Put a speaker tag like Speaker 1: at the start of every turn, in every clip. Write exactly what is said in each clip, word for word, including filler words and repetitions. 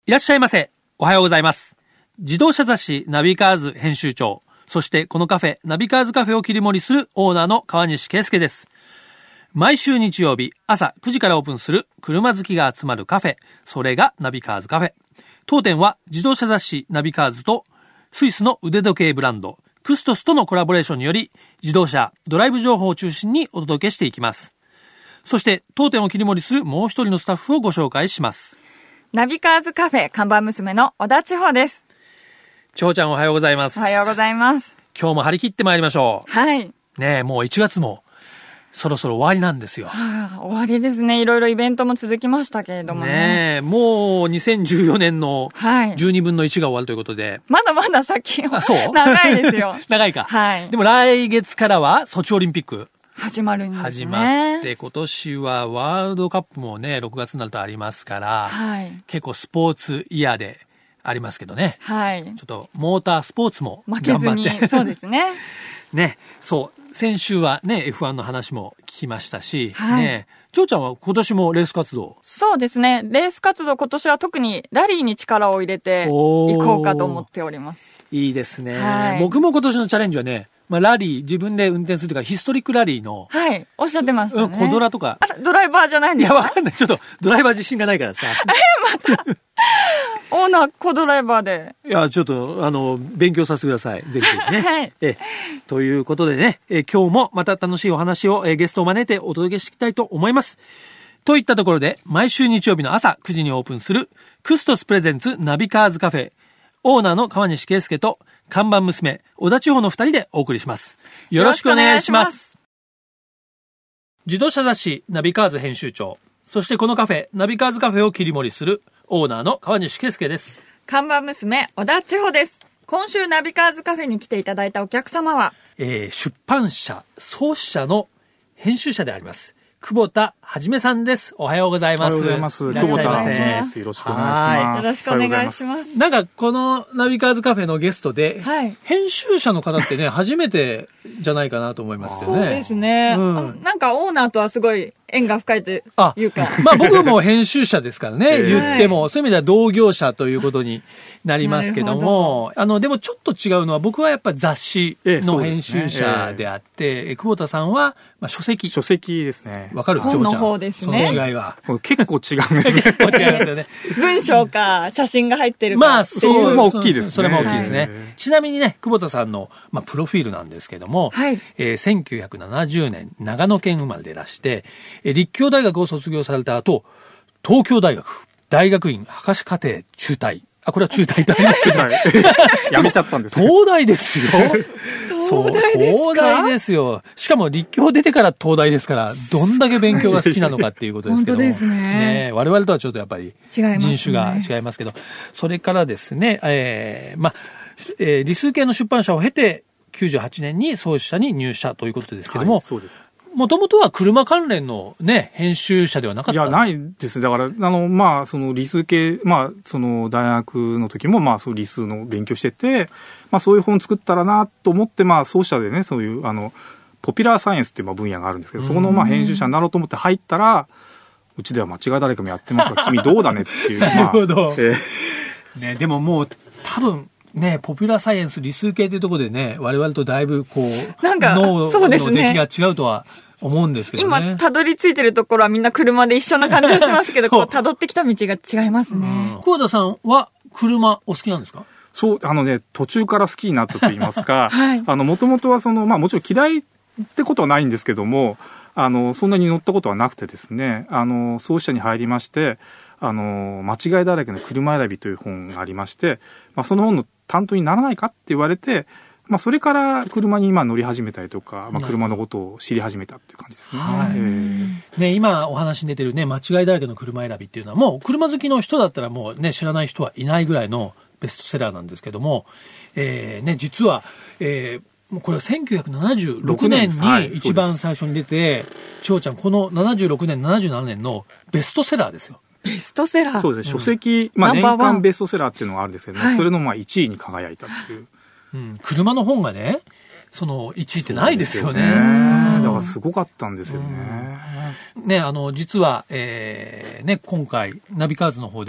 Speaker 1: いらっしゃいませ。おはようございます。自動車雑誌ナビカーズ編集長、そしてこのカフェナビカーズカフェを切り盛りするオーナーの川西圭介です。毎週日曜日朝くじからオープンする車好きが集まるカフェ、それがナビカーズカフェ。当店は自動車雑誌ナビカーズとスイスの腕時計ブランドクストスとのコラボレーションにより、自動車ドライブ情報を中心にお届けしていきます。そして当店を切り盛りするもう一人のスタッフをご紹介します。
Speaker 2: ナビカーズカフェ看板娘の小田千穂です。
Speaker 1: 千穂ちゃん、おはようございます。
Speaker 2: おはようございます。
Speaker 1: 今日も張り切ってまいりましょう。
Speaker 2: はい
Speaker 1: ねえ、もういちがつもそろそろ終わりなんですよ。
Speaker 2: はあ、終わりですね。いろいろイベントも続きましたけれどもね。
Speaker 1: ねえ、もうにせんじゅうよねんのじゅうにぶんのいちが終わるということで、はい、
Speaker 2: まだまだ先は
Speaker 1: あ、そう
Speaker 2: 長いですよ。
Speaker 1: 長いか。
Speaker 2: はい。
Speaker 1: でも来月からはソチオリンピック
Speaker 2: 始まるんですね。
Speaker 1: 始まって、今年はワールドカップもねろくがつになるとありますから、はい、結構スポーツイヤーでありますけどね。はい。ちょっとモータースポーツも頑張って
Speaker 2: 負けずに、そうですね。
Speaker 1: ね、そう先週はね エフワン の話も聞きましたし、はい、ね、ちょうちゃんは今年もレース活動。
Speaker 2: そうですね。レース活動今年は特にラリーに力を入れていこうかと思っております。
Speaker 1: いいですね。
Speaker 2: はい、
Speaker 1: 僕も今年のチャレンジはね。まあ、ラリー、自分で運転するというか、ヒストリックラリーの。
Speaker 2: はい。おっしゃってましたね。
Speaker 1: うん、コドラとか。
Speaker 2: あら、ドライバーじゃないんですか？
Speaker 1: いや、わかんない。ちょっと、ドライバー自信がないからさ。
Speaker 2: え、また。オーナー、コドライバーで。
Speaker 1: いや、ちょっと、あの、勉強させてください。ぜひぜひね。
Speaker 2: はい。
Speaker 1: え、ということでね、え、今日もまた楽しいお話を、え、ゲストを招いてお届けしていきたいと思います。といったところで、毎週日曜日の朝くじにオープンする、クストスプレゼンツナビカーズカフェ、オーナーの川西圭介と、看板娘小田千穂の二人でお送りします。よろしくお願いします。自動車雑誌ナビカーズ編集長、そしてこのカフェナビカーズカフェを切り盛りするオーナーの川西圭介です。
Speaker 2: 看板娘小田千穂です。今週ナビカーズカフェに来ていただいたお客様は、
Speaker 1: えー、出版社創始者の編集者であります久保田はじめさんです。おはようございます。
Speaker 3: おはようございます。久保田はじめです。よろしくお願いします。
Speaker 2: よろしくお願いします。
Speaker 1: なんかこのナビカーズカフェのゲストで、はい、編集者の方ってね初めてじゃないかなと思いますけどね。
Speaker 2: そうですね、うん、なんかオーナーとはすごい縁が深いというか。あ、
Speaker 1: まあ僕も編集者ですからね、言っても、はい、そういう意味では同業者ということになりますけども、どあの、でもちょっと違うのは僕はやっぱり雑誌の編集者であって、えええ、久保田さんは、まあ、書籍。
Speaker 3: 書籍ですね。
Speaker 1: わかる？
Speaker 2: 本の方ですね。
Speaker 1: その違いは。
Speaker 3: 結構違うんですね。
Speaker 1: 結構違いますよね。
Speaker 2: 文章か写真が入ってるか。
Speaker 1: まあ、
Speaker 3: それも大きいですね。
Speaker 1: それも大きいですね。はい、ちなみにね、久保田さんの、まあ、プロフィールなんですけども、はい、えー、せんきゅうひゃくななじゅうねん長野県生まれでいらして、えー、立教大学を卒業された後、東京大学大学院博士課程中退。あ、これは中退とありますけど、
Speaker 3: やめちゃったんです、
Speaker 1: ね。東大ですよ。
Speaker 2: 東大ですか？
Speaker 1: 東大ですよ。しかも立教出てから東大ですから、どんだけ勉強が好きなのかっていうことですけども。
Speaker 2: 本当ですね。
Speaker 1: ね、我々とはちょっとやっぱり人種が違いますけど、それからですね、えー、まあ、えー、理数系の出版社を経て、きゅうじゅうはちねんに創始者に入社ということですけども、はい、
Speaker 3: そうです。
Speaker 1: もともとは車関連のね、編集者ではなかったんですか？
Speaker 3: いや、ないですね。だから、あの、まあ、その理数系、まあ、その大学の時も、まあ、そう理数の勉強してて、まあ、そういう本作ったらなと思って、まあ、創始者でね、そういう、あの、ポピュラーサイエンスっていう分野があるんですけど、そこの、まあ、編集者になろうと思って入ったら、うちでは間違い誰かもやってますが、君どうだねっていう。
Speaker 1: なるほど。えー、ね、でももう、多分、ね、ポピュラーサイエンス、理数系というところでね、我々とだいぶこう、
Speaker 2: なんか
Speaker 1: 脳の出来が違うとは思うんですけどね。
Speaker 2: 今、たどり着いてるところはみんな車で一緒な感じがしますけど、こう、たどってきた道が違いますね。
Speaker 1: 久保田さんは車お好きなんですか？
Speaker 3: そう、あのね、途中から好きになったと言いますか、はい、あの、もともとはその、まあもちろん嫌いってことはないんですけども、あの、そんなに乗ったことはなくてですね、あの、創始者に入りまして、あの、間違いだらけの車選びという本がありまして、まあその本の担当にならないかって言われて、まあそれから車に今乗り始めたりとか、まあ車のことを知り始めたっていう感じですね。はい、えー、
Speaker 1: ね、今お話に出てるね、間違いだらけの車選びっていうのはもう車好きの人だったらもうね、知らない人はいないぐらいのベストセラーなんですけども、えー、ね、実は、えー、これはせんきゅうひゃくななじゅうろくねんに一番最初に出て、千穂ちゃんこのななじゅうろくねん、ななじゅうななねんのベストセラーですよ。
Speaker 2: ベストセラー。
Speaker 3: そうですね。書籍、うん、まあ年間ベストセラーっていうのがあるんですけど、ね、はい、それのまあいちいに輝いたっていう。
Speaker 1: うん、車の本がね、そのいちいってないですよね。
Speaker 3: よね、だからすごかったんですよね。
Speaker 1: うん、ね、あの実は、えー、ね、今回ナビカーズの方で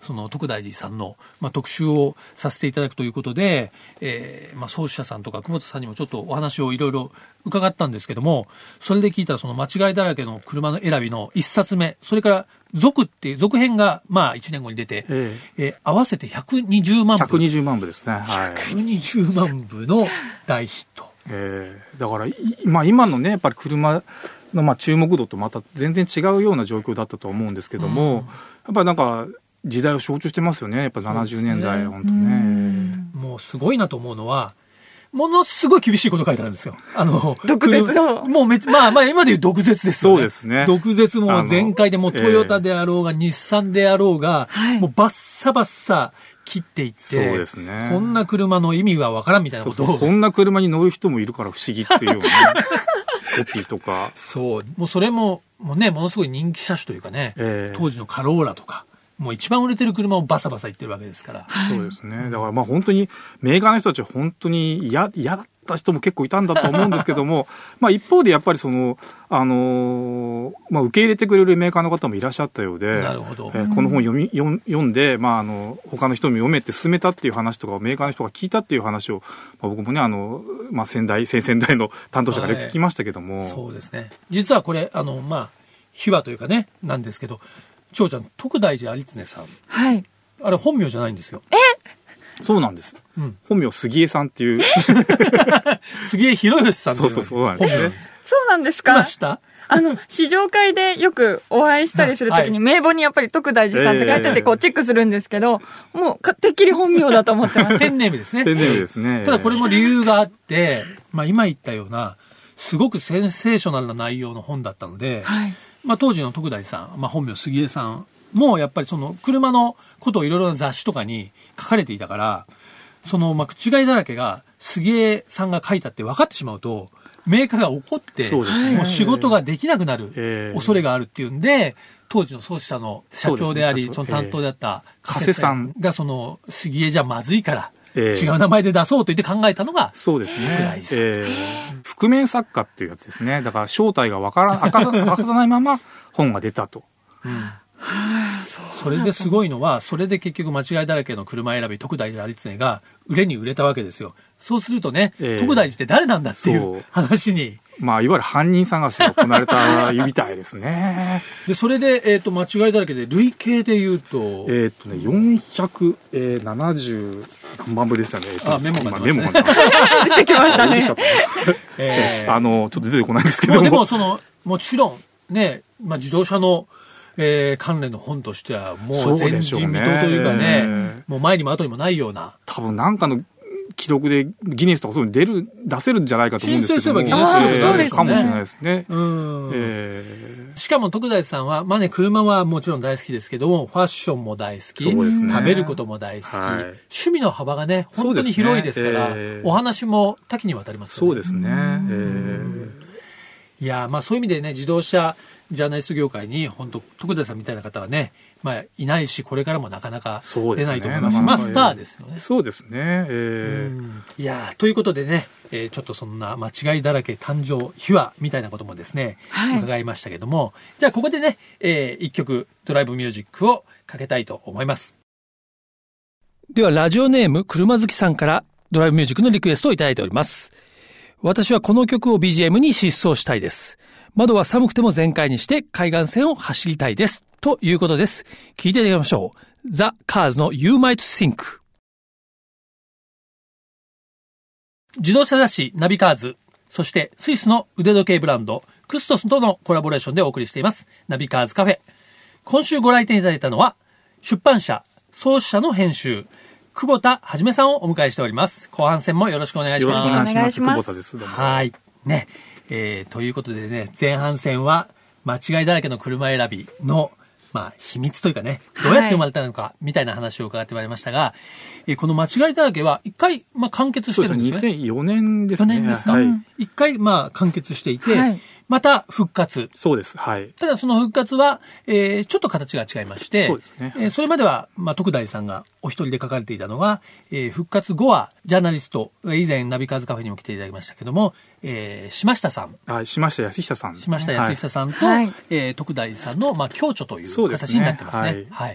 Speaker 1: その徳大寺さんの、まあ、特集をさせていただくということで、えーまあ、創始者さんとか久保田さんにもちょっとお話をいろいろ伺ったんですけども、それで聞いたらその間違いだらけの車の選びの一冊目、それから続っていう続編がまあいちねんごに出て、えーえー、合わせてひゃくにじゅうまんぶ。
Speaker 3: ひゃくにじゅうまんぶですね。はい、
Speaker 1: ひゃくにじゅうまんぶの大ヒット。
Speaker 3: えー、だから、まあ、今のねやっぱり車のまあ注目度とまた全然違うような状況だったと思うんですけども、うん、やっぱりなんか時代を象徴してますよね。やっぱななじゅうねんだい、ね、本当ね。
Speaker 1: もうすごいなと思うのは、ものすごい厳しいこと書いてあるんですよ。あの、
Speaker 2: 毒舌の。
Speaker 1: もうめっちゃ、まあまあ今で言う毒舌ですよね。
Speaker 3: そうですね。
Speaker 1: 毒舌も全開でもうトヨタであろうが、えー、日産であろうが、はい、もうバッサバッサ切っていって、
Speaker 3: そうですね。
Speaker 1: こんな車の意味がわからんみたいなことを。
Speaker 3: そうそう、こんな車に乗る人もいるから不思議っていうような、ね、コピーとか。
Speaker 1: そう。もうそれも、もうね、ものすごい人気車種というかね、えー、当時のカローラとか。もう一番売れてる車をバサバサ言ってるわけですから。
Speaker 3: そうですね。だからまあ本当にメーカーの人たちは本当に嫌、嫌だった人も結構いたんだと思うんですけども、まあ一方でやっぱりその、あのー、まあ受け入れてくれるメーカーの方もいらっしゃったようで、
Speaker 1: なるほど。
Speaker 3: えー、この本読み、読んで、まああの、他の人も読めて進めたっていう話とか、メーカーの人が聞いたっていう話を、まあ、僕もね、あの、まあ先代、先々代の担当者から聞きましたけども。
Speaker 1: そうですね。実はこれ、あの、まあ、秘話というかね、なんですけど、長ちゃん、徳大寺有常さん。
Speaker 2: はい。
Speaker 1: あれ本名じゃないんですよ。
Speaker 2: え
Speaker 3: そうなんです。うん、本名杉江さんっていう。
Speaker 1: 杉江博義さんっていう。
Speaker 3: そうそうそうなんですね。
Speaker 2: そうなんですか。
Speaker 1: ました
Speaker 2: あの、試乗会でよくお会いしたりするときに、名簿にやっぱり徳大寺さんって書いてて、こうチェックするんですけど、もう、てっきり本名だと思ってます。
Speaker 1: ペンネームですね。
Speaker 3: ペンネームですね。
Speaker 1: ただこれも理由があって、まあ今言ったような、すごくセンセーショナルな内容の本だったので、はい、まあ当時の徳大さん、まあ本名杉江さんもやっぱりその車のことをいろいろな雑誌とかに書かれていたから、そのまあ違いだらけが杉江さんが書いたって分かってしまうと、メーカーが怒って、もう仕事ができなくなる恐れがあるっていうんで、当時の創始者の社長であり、その担当であった加瀬さんがその杉江じゃまずいから、違う名前で出そうと言って考えたのが、
Speaker 3: そうですね。えー、覆面作家っていうやつですね。だから正体がわからん、明かさ、明かさないまま本が出たと。うん、
Speaker 1: それですごいのは、それで結局間違いだらけの車選び、徳大寺有常が売れに売れたわけですよ。そうするとね、えー、徳大寺って誰なんだっていう話に。
Speaker 3: まあ、いわゆる犯人探しが行われたみたいですね。
Speaker 1: で、それで、えっ、ー、と、間違いだらけで、累計で言うと。
Speaker 3: えっ、ー、とね、よんひゃくななじゅう何万部でしたね。
Speaker 1: あ、メモが出
Speaker 3: てますね。メモが
Speaker 2: 出てきましたね。
Speaker 3: えー、あの、ちょっと出てこないんですけども。
Speaker 1: でも、その、もちろん、ね、まあ、自動車の、えー、関連の本としては、もう前人未到というかね、もう前にも後にもないような。
Speaker 3: 多分なんかの、記録でギネスとかそういうの出る、出せるんじゃないかと思うんですけども。
Speaker 1: 申請すればギネス
Speaker 2: そうですね。
Speaker 3: かもしれないですね。
Speaker 1: うん、えー、しかも徳大さんは、まあね、車はもちろん大好きですけども、ファッションも大好き。そうですね。食べることも大好き。はい、趣味の幅がね、本当に広いですから、ねえー、お話も多岐にわたりますよね。
Speaker 3: そうですね。えー、
Speaker 1: いや、まあそういう意味でね、自動車ジャーナリスト業界に、本当徳大さんみたいな方はね、まあ、いないし、これからもなかなか出ないと思いますし、まあ、スターですよね。
Speaker 3: そうですね。え
Speaker 1: ー、いやということでね、えー、ちょっとそんな間違いだらけ誕生秘話みたいなこともですね、はい、伺いましたけども、じゃあここでね、えー、一曲ドライブミュージックをかけたいと思います。では、ラジオネーム車好きさんからドライブミュージックのリクエストをいただいております。私はこの曲を ビージーエム に疾走したいです。窓は寒くても全開にして海岸線を走りたいです。ということです。聞いていただきましょう。ザ・カーズの You Might Think。自動車雑誌ナビカーズ、そしてスイスの腕時計ブランドクストスとのコラボレーションでお送りしていますナビカーズカフェ。今週ご来店いただいたのは出版社創始者の編集久保田はじめさんをお迎えしております。後半戦もよろしくお願いします。
Speaker 3: よろしくお願いします。久保田です。
Speaker 1: はいね、えー、ということでね、前半戦は間違いだらけの車選びのまあ、秘密というかね、どうやって生まれたのか、みたいな話を伺ってまいりましたが、はい、えこの間違いだらけは、一回、まあ、完結してるんですね。
Speaker 3: そうですね。にせんよねんですね。
Speaker 1: よねんですか。はい、一回、まあ、完結していて、はい、また復活。
Speaker 3: そうです。はい。
Speaker 1: ただ、その復活は、えー、ちょっと形が違いまして、
Speaker 3: そうですね。
Speaker 1: えー、それまでは、まあ、徳大さんがお一人で書かれていたのが、えー、復活後は、ジャーナリスト、以前、ナビカーズカフェにも来ていただきましたけども、えー、島下さん。
Speaker 3: はい、島下康久さん。
Speaker 1: 島下康久さんと、はい、えー、徳大さんの、まあ、共著という形になってますね。はい。はい、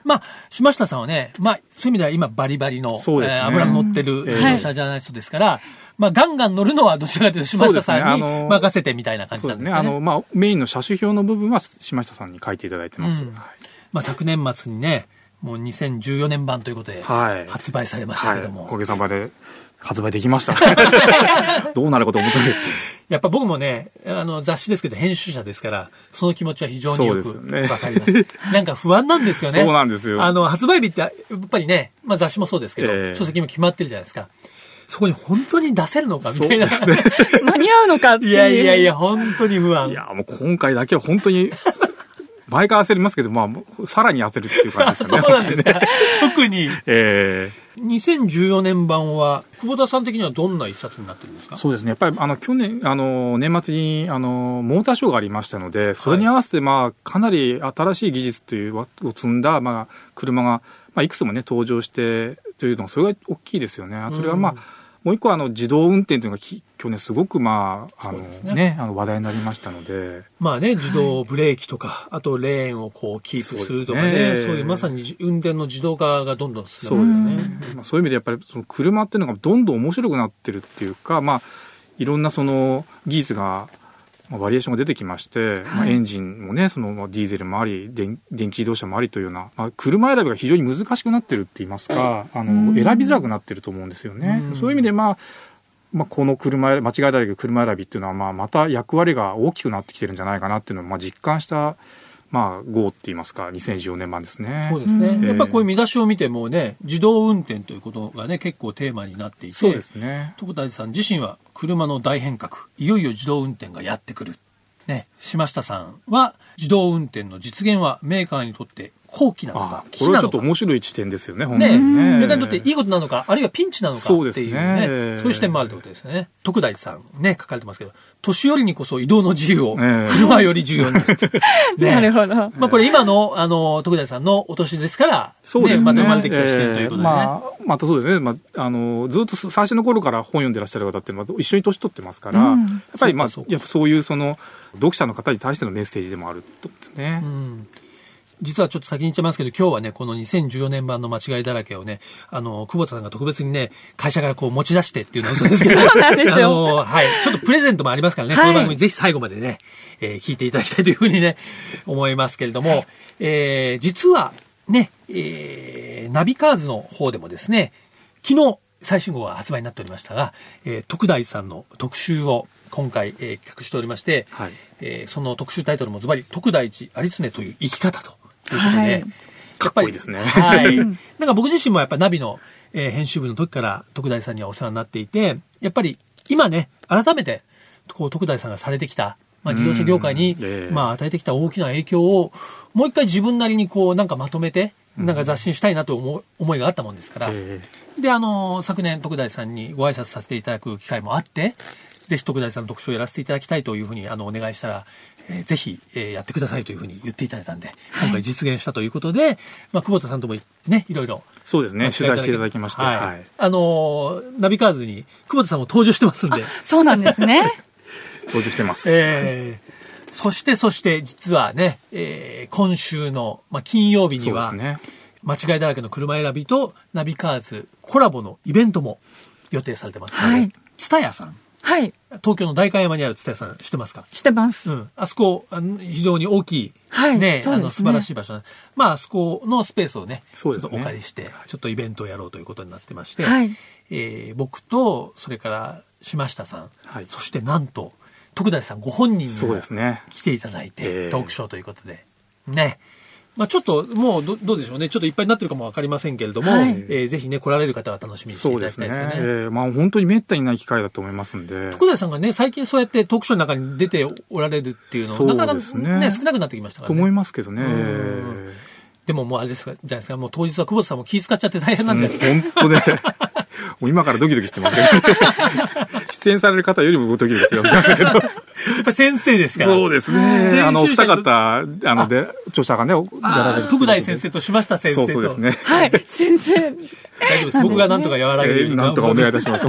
Speaker 1: まあ、島下さんはね、まあ、そういう意味では今バリバリの、
Speaker 3: そうですね、
Speaker 1: えー、油の乗ってる自動車ジャーナリストですから、はい、まあ、ガンガン乗るのはどちらかというと島下さんに任せてみたいな感じなんですね。
Speaker 3: そうですね。あの、まあ、メインの車種表の部分は島下さんに書いていただいてます。うん、
Speaker 1: まあ、昨年末にね、もうにせんじゅうよねん版ということで発売されましたけども。
Speaker 3: はいはい、おかげさまで発売できました。どうなるかと思ったんで。
Speaker 1: やっぱ僕もね、あの雑誌ですけど編集者ですから、その気持ちは非常によくわかります。ね、なんか不安なんですよね。
Speaker 3: そうなんですよ。
Speaker 1: あの、発売日ってやっぱりね、まあ雑誌もそうですけど、えー、書籍も決まってるじゃないですか。そこに本当に出せるのかみたいな。
Speaker 3: そうですね、
Speaker 2: 間に合うのかっていう。
Speaker 1: いやいやいや、本当に不安。
Speaker 3: いや、もう今回だけは本当に、前から焦りますけど、まあ、さらに焦るっていう感じですね。
Speaker 1: そうなんですか。特に。
Speaker 3: え
Speaker 1: ー、にせんじゅうよねん版は、久保田さん的にはどんな一冊になってるんですか？
Speaker 3: そうですね。やっぱり、あの、去年、あの、年末に、あの、モーターショーがありましたので、それに合わせて、まあ、かなり新しい技術という、を積んだ、まあ、車が、まあ、いくつもね、登場して、というのが、それが大きいですよね。それはまあ、うん、もう一個あの自動運転というのがき去年すごくまああのね、ねあの話題になりましたので、
Speaker 1: まあね、自動ブレーキとか、はい、あとレーンをこうキープするとかね、そうですね、そういうまさに運転の自動化がどんどん進んでますね。
Speaker 3: そうですね。まあそういう意味でやっぱりその車っていうのがどんどん面白くなってるっていうか、まあいろんなその技術がバリエーションが出てきまして、はい、まあ、エンジンもね、そのディーゼルもあり、電電気自動車もありというような、まあ、車選びが非常に難しくなってるって言いますか、あの選びづらくなってると思うんですよね。そういう意味でまあまあ、この車、間違いだらけ車選びっていうのは、まあ、また役割が大きくなってきてるんじゃないかなっていうのを、まあ、実感した、まあ、号って言いますか、にせんじゅうよねん版ですね。
Speaker 1: そうですね。えー、やっぱりこういう見出しを見てもね、自動運転ということがね、結構テーマになっていて、
Speaker 3: そうですね。
Speaker 1: 徳田さん自身は車の大変革、いよいよ自動運転がやってくる。ね、島下さんは、自動運転の実現はメーカーにとって好機なのか、
Speaker 3: これはちょっと面白い視点ですよね、本
Speaker 1: 当にね。メーカーにとっていいことなのか、あるいはピンチなのかっていうね、そう
Speaker 3: ですね、
Speaker 1: そういう視点もあるということですね。徳大さんね、書かれてますけど、年寄りにこそ移動の自由を、車より重要になる。
Speaker 2: ね、なるほど。
Speaker 1: まあこれ今の、あの、徳大さんのお年ですから、
Speaker 3: そうですね。
Speaker 1: また生まれてきた視点ということでね。
Speaker 3: まあ、またそうですね。まあ、あの、ずっと最初の頃から本読んでらっしゃる方って、まあ、一緒に年取ってますから、うん、やっぱりまあ、やっぱそういうその、読者の方に対してのメッセージでもあると思うんですね。うん、
Speaker 1: 実はちょっと先に言っちゃいますけど、今日はね、このにせんじゅうよねん版の間違いだらけをね、あの、久保田さんが特別にね、会社からこう持ち出してっていうのは嘘ですけど、
Speaker 2: そうなんですよ。
Speaker 1: あの、はい。ちょっとプレゼントもありますからね、はい、この番組ぜひ最後までね、えー、聞いていただきたいというふうにね、思いますけれども、はい、えー、実はね、えー、ナビカーズの方でもですね、昨日最新号が発売になっておりましたが、えー、徳大さんの特集を今回、えー、企画しておりまして、はい、えー、その特集タイトルもズバリ、徳大寺有常という生き方ということで、はい、
Speaker 3: かっこいいですね。
Speaker 1: はい。なんか僕自身もやっぱナビの、えー、編集部の時から徳大さんにはお世話になっていて、やっぱり今ね、改めて、こう、徳大さんがされてきた、まあ、自動車業界に、えー、まあ、与えてきた大きな影響を、もう一回自分なりにこう、なんかまとめて、なんか雑誌にしたいなと思う思いがあったもんですから、えー、で、あの、昨年徳大さんにご挨拶させていただく機会もあって、ぜひ徳大さんの特集をやらせていただきたいというふうにあのお願いしたら、えー、ぜひ、えー、やってくださいというふうに言っていただいたんで、はい、今回実現したということで、まあ、久保田さんともね、いろいろ。
Speaker 3: そうですね、取材していただきまして。はい。はい、
Speaker 1: あのー、ナビカーズに久保田さんも登場してますんで。
Speaker 2: そうなんですね。
Speaker 3: 登場してます。
Speaker 1: えー、そして、そして、実はね、えー、今週の、まあ、金曜日には、ね、間違いだらけの車選びとナビカーズコラボのイベントも予定されてますので、はい。蔦屋さん。
Speaker 2: はい。
Speaker 1: 東京の代官山にある蔦屋さん知ってますか？
Speaker 2: 知ってます。
Speaker 1: うん。あそこ、あの非常に大きい、はい、ね、そうですね、あの素晴らしい場所。まあ、あそこのスペースをね、そうですね、ちょっとお借りして、ちょっとイベントをやろうということになってまして、はい、えー、僕と、それから島下さん、はい、そしてなんと、徳田さんご本人にも来ていただいて、ね、えー、トークショーということで、ね。まあちょっともう ど, どうでしょうね。ちょっといっぱいになってるかもわかりませんけれども、はい、えー、ぜひね、来られる方は楽しみにしていただきたいですよね。
Speaker 3: そうですね。えー、まあ本当に滅多にない機会だと思いますんで。
Speaker 1: 徳田さんがね、最近そうやってトークショーの中に出ておられるっていうのは、なかなかね、少なくなってきましたからね。
Speaker 3: と思いますけどね。
Speaker 1: でももうあれですか、じゃないですか、もう当日は久保田さんも気遣っちゃって大変なんで。
Speaker 3: 本当ね。もう今からドキドキしてますけど。出演される方よりもドキドキしてるんだけど。
Speaker 1: やっぱ先生ですから。
Speaker 3: そうですね。あの、二方、あの、で、著者がね、や
Speaker 1: られる。徳大先生と島下先生と。
Speaker 3: そうですね。
Speaker 2: はい、先生。
Speaker 1: 大丈夫です。僕がなんとか和らげるように。
Speaker 3: なんとかお願いいたします。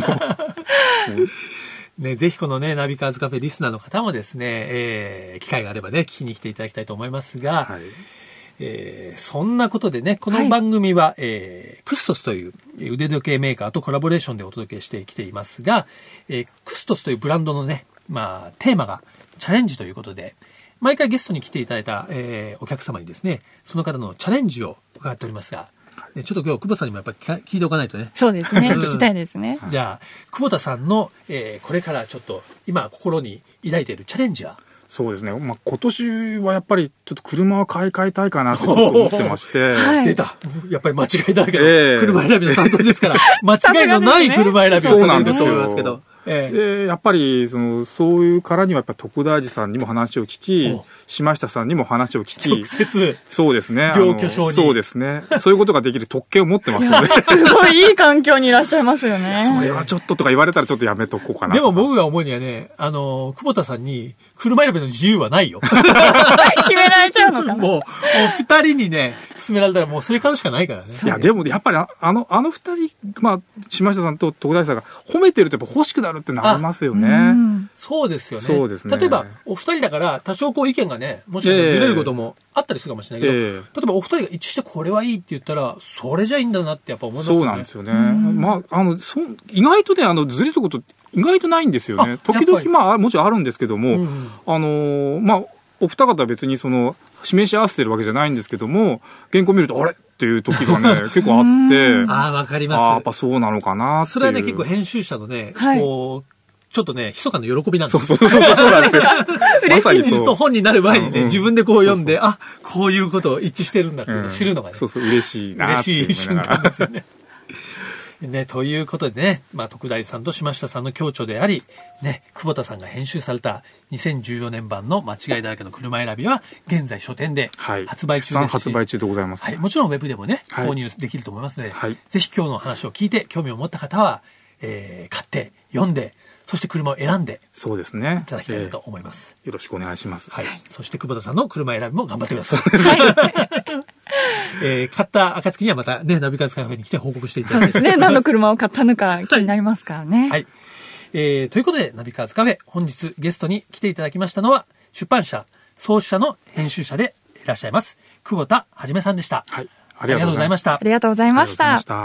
Speaker 1: ね、ぜひこのね、ナビカーズカフェリスナーの方もですね、えー、機会があればね、聞きに来ていただきたいと思いますが、はい、 えー、そんなことでね、この番組は、はい、えー、クストスという腕時計メーカーとコラボレーションでお届けしてきていますが、えー、クストスというブランドのね、まあ、テーマがチャレンジということで、毎回ゲストに来ていただいた、えー、お客様にですね、その方のチャレンジを伺っておりますが、ね、ちょっと今日久保田さんにもやっぱり聞いておかないとね。
Speaker 2: そうですね。聞きたいですね。
Speaker 1: じゃあ、久保田さんの、えー、これからちょっと今心に抱いているチャレンジは？
Speaker 3: そうですね。まあ、今年はやっぱりちょっと車を買い替えたいかなって思ってまして。
Speaker 1: はい、出た。やっぱり間違いだらけど、えー、車選びの担当ですから、間違いのない車選びを
Speaker 3: そうなんですよ。
Speaker 1: と思いますけど。え
Speaker 3: えでやっぱりそのそういうからにはやっぱ徳大寺さんにも話を聞き、島下さんにも話を聞き、
Speaker 1: 直接
Speaker 3: そうですね、
Speaker 1: 両巨匠に
Speaker 3: そうですね、そういうことができる特権を持ってますので、
Speaker 2: すごいいい環境にいらっしゃいますよね。
Speaker 3: それはちょっととか言われたらちょっとやめとこうかな。
Speaker 1: でも僕が思うにはね、あの久保田さんに車選びの自由はないよ。
Speaker 2: 決められちゃうのかな。
Speaker 1: もうもう二人にね勧められたらもうそれ買うしかないからね。
Speaker 3: いやでもやっぱりあのあの二人、まあ島下さんと徳大寺さんが褒めてるとやっぱ欲しくなるってなりますよね。
Speaker 1: そうですよね。
Speaker 3: そうですね。
Speaker 1: 例えばお二人だから多少こう意見がねもしかしたらずれることもあったりするかもしれないけど、えー、例えばお二人が一致してこれはいいって言ったらそれじゃいいんだなってやっぱ思いますよね。
Speaker 3: そうなんですよね。まああのそ意外とねあのずれること意外とないんですよね。時々まあもちろんあるんですけども、うん、あのまあお二方は別にその示し合わせてるわけじゃないんですけども、原稿見るとあれっていう時がね結構あって、
Speaker 1: ああわかります。
Speaker 3: あやっぱそうなのかなっていう。
Speaker 1: それはね結構編集者のね、はい、こうちょっとね密かな喜びなんです。
Speaker 3: そうそうそうそうなんですよ。
Speaker 1: まさにそう本になる前にね、うん、自分でこう読んで、あこういうことを一致してるんだっていうのを知るのがね、
Speaker 3: うん、そうそう嬉しいなって
Speaker 1: 嬉しい瞬間ですよね。ね、ということでね、まあ、徳大さんと島下さんの共著であり、ね、久保田さんが編集されたにせんじゅうよねん版の間違いだらけの車選びは現在書店で発売中ですし、はい、
Speaker 3: 発売中でございます、
Speaker 1: はい、もちろんウェブでもね、はい、購入できると思いますので、はい、ぜひ今日の話を聞いて興味を持った方は、えー、買って読んでそして車を選んで
Speaker 3: そうですね
Speaker 1: いただきたいと思います、
Speaker 3: えー、よろしくお願いします、
Speaker 1: はい、そして久保田さんの車選びも頑張ってください、はいえー、買った暁にはまたねナビカーズカフェに来て報告していただきたい。
Speaker 2: そうですね。何の車を買ったのか気になりますからね。はい、
Speaker 1: はいえー、ということでナビカーズカフェ本日ゲストに来ていただきましたのは出版社創始者の編集者でいらっしゃいます久保田はじめさんでした。
Speaker 3: はい、
Speaker 1: ありがとうございました。
Speaker 2: ありがとうございました。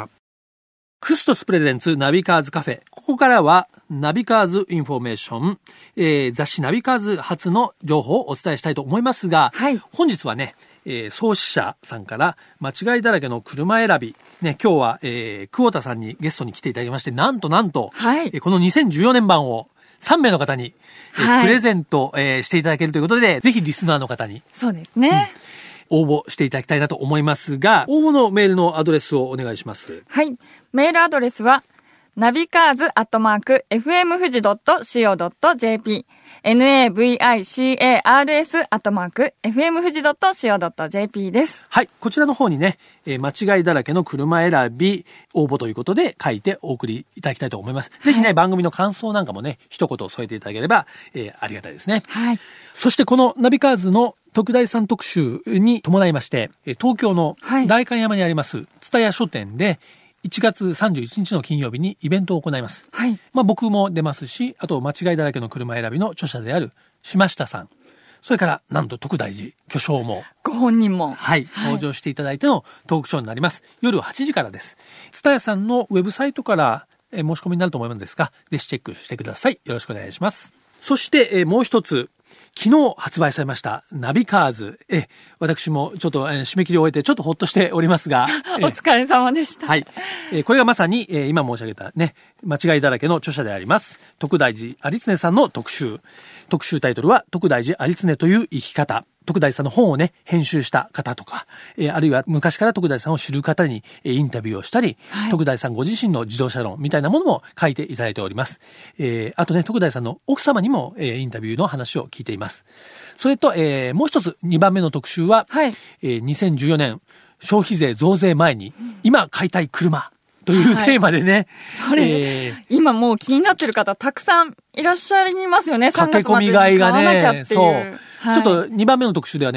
Speaker 1: クストスプレゼンツナビカーズカフェ。ここからはナビカーズインフォメーション、えー、雑誌ナビカーズ発の情報をお伝えしたいと思いますが、はい、本日はね、えー、創始者さんから間違いだらけの車選び、ね、今日は、えー、久保田さんにゲストに来ていただきまして、なんとなんと、はい、えー、このにせんじゅうよねん版をさんめいの方に、えーはい、プレゼント、えー、していただけるということで、ぜひリスナーの方に。
Speaker 2: そうですね。
Speaker 1: うん、応募していただきたいなと思いますが、応募のメールのアドレスをお願いします。
Speaker 2: はい。メールアドレスは、ナビカーズアットマーク、エフエムフジドットシーオードットジェーピー、ナビカーズアットマーク、エフエムフジドットシーオードットジェーピー です。
Speaker 1: はい。こちらの方にね、えー、間違いだらけの車選び、応募ということで書いてお送りいただきたいと思います。はい、ぜひね、番組の感想なんかもね、一言添えていただければ、えー、ありがたいですね。
Speaker 2: はい。
Speaker 1: そしてこのナビカーズの徳大さん特集に伴いまして、東京の代官山にあります蔦屋書店でいちがつさんじゅういちにちの金曜日にイベントを行います。はい。まあ僕も出ますし、あと間違いだらけの車選びの著者である島下さん、それからなんと徳大寺巨匠も
Speaker 2: ご本人も
Speaker 1: はい、はい、登場していただいてのトークショーになります。夜はちじからです。蔦屋さんのウェブサイトから申し込みになると思うんですが、ぜひチェックしてください。よろしくお願いします。そしてえもう一つ。昨日発売されましたナビカーズ。え、私もちょっと、えー、締め切りを終えてちょっとほっとしておりますが。
Speaker 2: お疲れ様でした。
Speaker 1: はい。えー、これがまさに、えー、今申し上げたね、間違いだらけの著者であります。徳大寺有常さんの特集。特集タイトルは徳大寺有常という生き方。徳大さんの本をね、編集した方とか、えー、あるいは昔から徳大さんを知る方に、えー、インタビューをしたり、はい、徳大さんご自身の自動車論みたいなものも書いていただいております。えー、あとね、徳大さんの奥様にも、えー、インタビューの話を聞いています。それと、えー、もう一つにばんめの特集は、はい、えー、にせんじゅうよねん消費税増税前に、うん、今買いたい車というテーマでね、はい、
Speaker 2: それ、えー、今もう気になってる方たくさんいらっしゃいますよね。
Speaker 1: 駆け込み買いがね、そう、はい、ちょっとにばんめの特集ではね、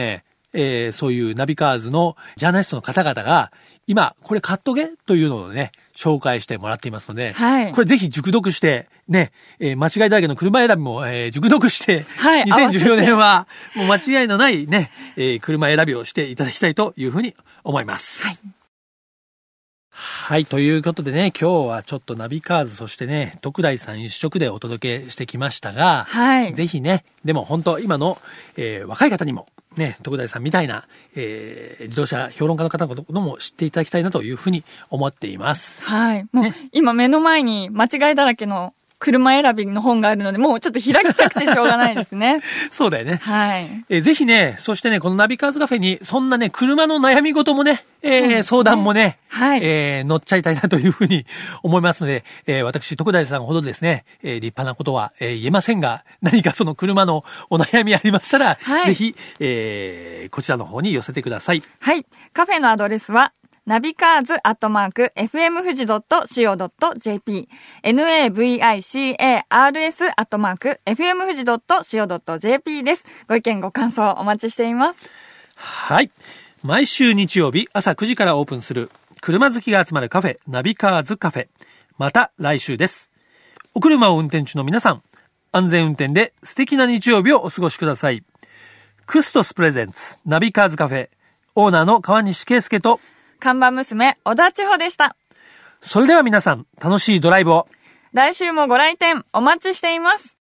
Speaker 1: えー、そういうナビカーズのジャーナリストの方々が、今、これ買っとけというのをね、紹介してもらっていますので、はい、これぜひ熟読して、ね、えー、間違いだらけの車選びも、えー、熟読して、はい、にせんじゅうよねんは、もう間違いのないね、えー、車選びをしていただきたいというふうに思います。はい。はい。ということでね、今日はちょっとナビカーズ、そしてね、徳大さん一色でお届けしてきましたが、はい。ぜひね、でも本当今の、えー、若い方にも、ね、徳大さんみたいな、えー、自動車評論家の方のことも知っていただきたいなというふうに思っています。
Speaker 2: はい。もう、ね、今目の前に間違いだらけの車選びの本があるので、もうちょっと開きたくてしょうがないですね。
Speaker 1: そうだよね。
Speaker 2: はい。
Speaker 1: えー、ぜひね、そしてね、このナビカーズカフェに、そんなね、車の悩み事もね、えーね、相談もね、はい。えー、乗っちゃいたいなというふうに思いますので、えー、私、徳大さんほどですね、えー、立派なことは、えー、言えませんが、何かその車のお悩みありましたら、はい、ぜひ、えー、こちらの方に寄せてください。
Speaker 2: はい。カフェのアドレスは、ナビカーズアットマーク エフエム 富士 .co.jp ナビカーズ アットマーク エフエム 富士 .co.jp です。ご意見ご感想お待ちしています。
Speaker 1: はい。毎週日曜日朝くじからオープンする車好きが集まるカフェナビカーズカフェ。また来週です。お車を運転中の皆さん、安全運転で素敵な日曜日をお過ごしください。クストスプレゼンツナビカーズカフェオーナーの川西圭介と
Speaker 2: 看板娘、小田千穂でした。
Speaker 1: それでは皆さん、楽しいドライブを。
Speaker 2: 来週もご来店お待ちしています。